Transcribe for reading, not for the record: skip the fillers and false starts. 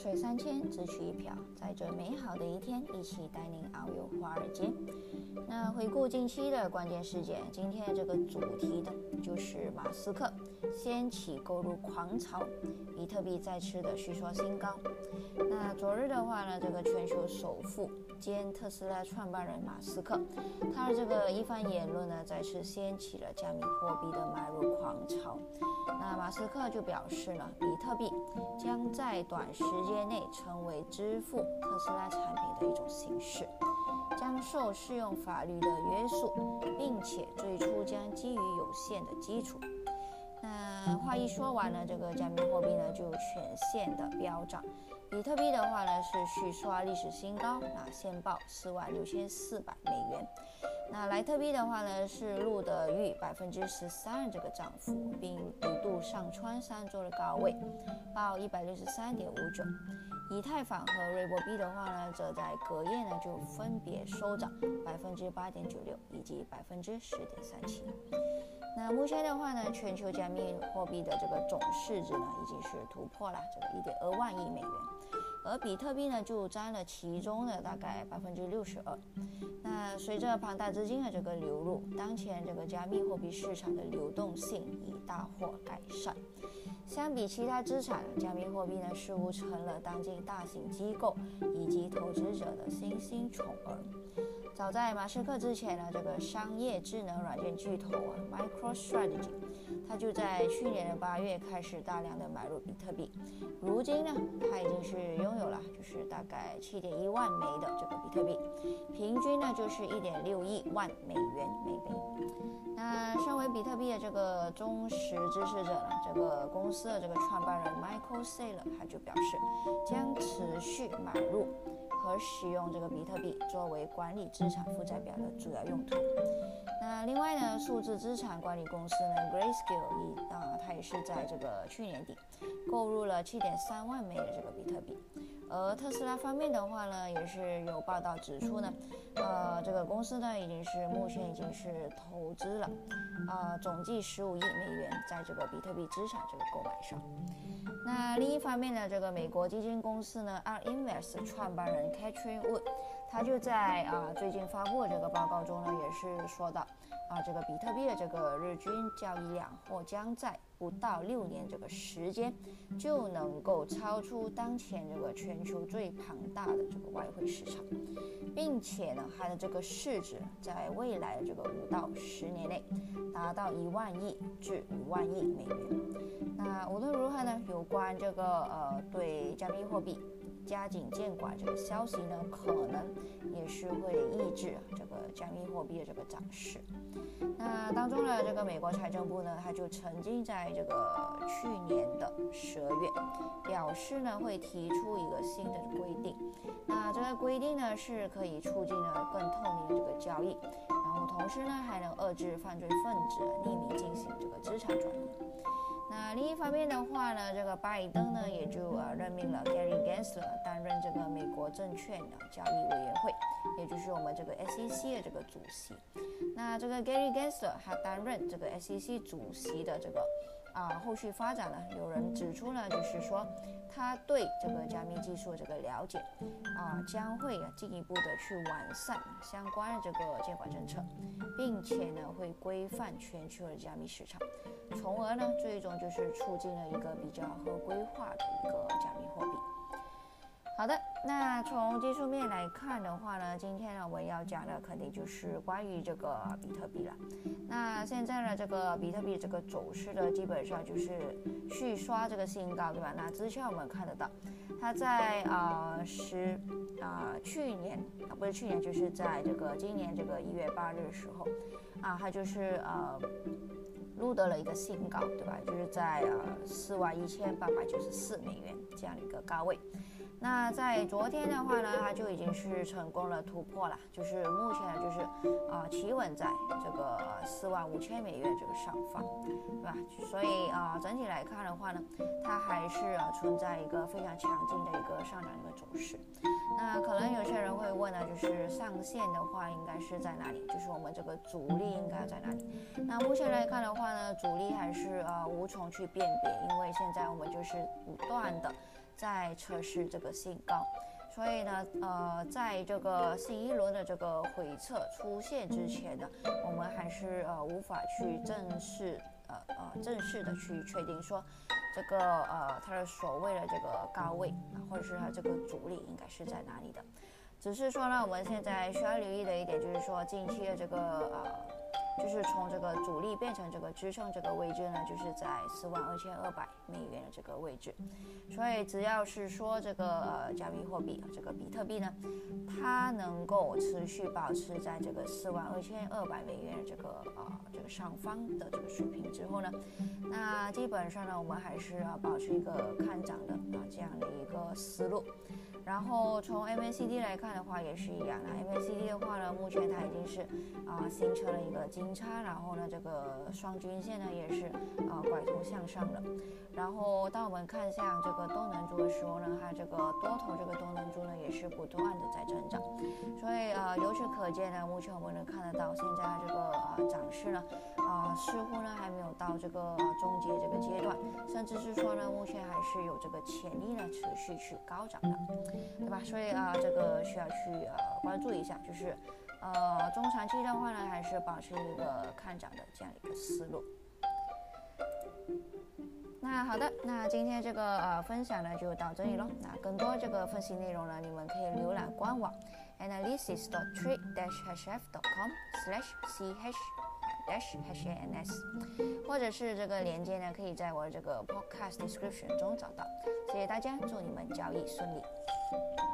水3000，只取一瓢，在这美好的一天，一起带您遨游华尔街。那回顾近期的关键事件，今天这个主题呢，就是马斯克掀起购入狂潮，比特币再次的续刷新高。那昨日的话呢，这个全球首富兼特斯拉创办人马斯克，他的这个一番言论呢，再次掀起了加密货币的买入狂潮。那马斯克就表示呢，比特币将在短时间内成为支付特斯拉产品的一种形式，将受适用法律的约束，并且最初将基于有限的基础。那话一说完呢，这个加密货币呢就全线的飙涨。比特币的话呢是续刷历史新高，那现报46400美元。那莱特币的话呢是录得逾13%这个涨幅，并一度上穿3周的高位，报163.59。以太坊和瑞波币的话呢，则在隔夜呢就分别收涨8.96%以及10.37%。那目前的话呢，全球加密货币的这个总市值呢，已经是突破了这个1.2万亿美元，而比特币呢就占了其中的大概62%。那随着庞大资金的这个流入，当前这个加密货币市场的流动性已大获改善。相比其他资产，加密货币呢似乎成了当今大型机构以及投资者的新兴宠儿。早在马斯克之前呢，这个商业智能软件巨头MicroStrategy， 他就在去年的8月开始大量的买入比特币。如今呢，他已经是拥有了就是大概7.1万枚的这个比特币，平均呢就是1.6亿万美元每枚。那身为比特币的这个忠实支持者呢，这个公司的这个创办人 Michael Saylor 他就表示，将持续买入和使用这个比特币作为管理资产负债表的主要用途。那另外呢，数字资产管理公司呢 Grayscale 它也是在这个去年底购入了7.3万枚的这个比特币。而特斯拉方面的话呢，也是有报道指出呢，这个公司呢目前已经是投资了总计15亿美元在这个比特币资产这个购买上。那另一方面呢，这个美国基金公司呢 ARK Invest 创办人 Catherine Wood， 他就在最近发布的这个报告中呢，也是说到这个比特币的这个日均交易量或将在不到6年这个时间就能够超出当前这个全球最庞大的这个外汇市场，并且呢，它的这个市值在未来的这个5到10年内达到1万亿至5万亿美元。那无论如何呢，有关这个对加密货币加紧监管这个消息呢，可能也是会抑制这个加密货币的这个涨势。那当中呢，这个美国财政部呢，他就曾经在这个去年的12月表示呢，会提出一个新的规定。那这个规定呢，是可以促进了更透明的这个交易，然后同时呢，还能遏制犯罪分子匿名进行这个资产转移。那另一方面的话呢，这个拜登呢也就任命了 Gary Gensler 担任这个美国证券的交易委员会，也就是我们这个 SEC 的这个主席。那这个 Gary Gensler 他担任这个 SEC 主席的这个后续发展呢，有人指出呢，就是说他对这个加密技术的这个了解将会进一步的去完善相关的这个监管政策，并且呢会规范全球的加密市场，从而呢最终就是促进了一个比较合规化的一个加密货币。好的，那从技术面来看的话呢，今天呢我们要讲的肯定就是关于这个比特币了。那现在呢，这个比特币这个走势呢，基本上就是续刷这个新高，对吧？那之前我们看得到，它在去年不是去年，就是在这个今年这个1月8日的时候它就是录得了一个新高，对吧？就是在41894美元这样的一个高位。那在昨天的话呢，它就已经是成功了突破了，就是目前呢就是企稳在这个45000美元这个上方，对吧？所以整体来看的话呢，它还是存在一个非常强劲的一个上涨的一个走势。那可能有些人会问呢，就是上限的话应该是在哪里？就是我们这个阻力应该在哪里？那目前来看的话呢，阻力还是无从去辨别，因为现在我们就是不断的再测试这个新高。所以呢，在这个新一轮的这个回撤出现之前呢，我们还是无法去正式的去确定说这个它的所谓的这个高位或者是它这个阻力应该是在哪里的。只是说呢，我们现在需要留意的一点就是说，近期的这个就是从这个阻力变成这个支撑这个位置呢，就是在42200美元的这个位置。所以只要是说这个加密货币这个比特币呢，它能够持续保持在这个42200美元的这个上方的这个水平之后呢，那基本上呢，我们还是要保持一个看涨的这样的一个思路。然后从 MACD 来看的话也是一样的 ，MACD 的话呢，目前它已经是形成了一个金叉，然后呢这个双均线呢也是拐头向上的。然后当我们看向这个动能柱的时候呢，它这个多头这个动能柱呢也是不断的在增长，所以由此可见呢，目前我们能看得到现在的这个涨势呢，似乎呢还没有到这个终结这个阶段，甚至是说呢，目前还是有这个潜力呢持续去高涨的，对吧？所以这个需要去关注一下，就是中长期的话呢，还是保持一个看涨的这样一个思路。那好的，那今天这个分享呢就到这里咯。那更多这个分析内容呢，你们可以浏览官网 analysis.trade-hf.com/ch-hans， 或者是这个链接呢，可以在我的这个 podcast description 中找到。谢谢大家，祝你们交易顺利。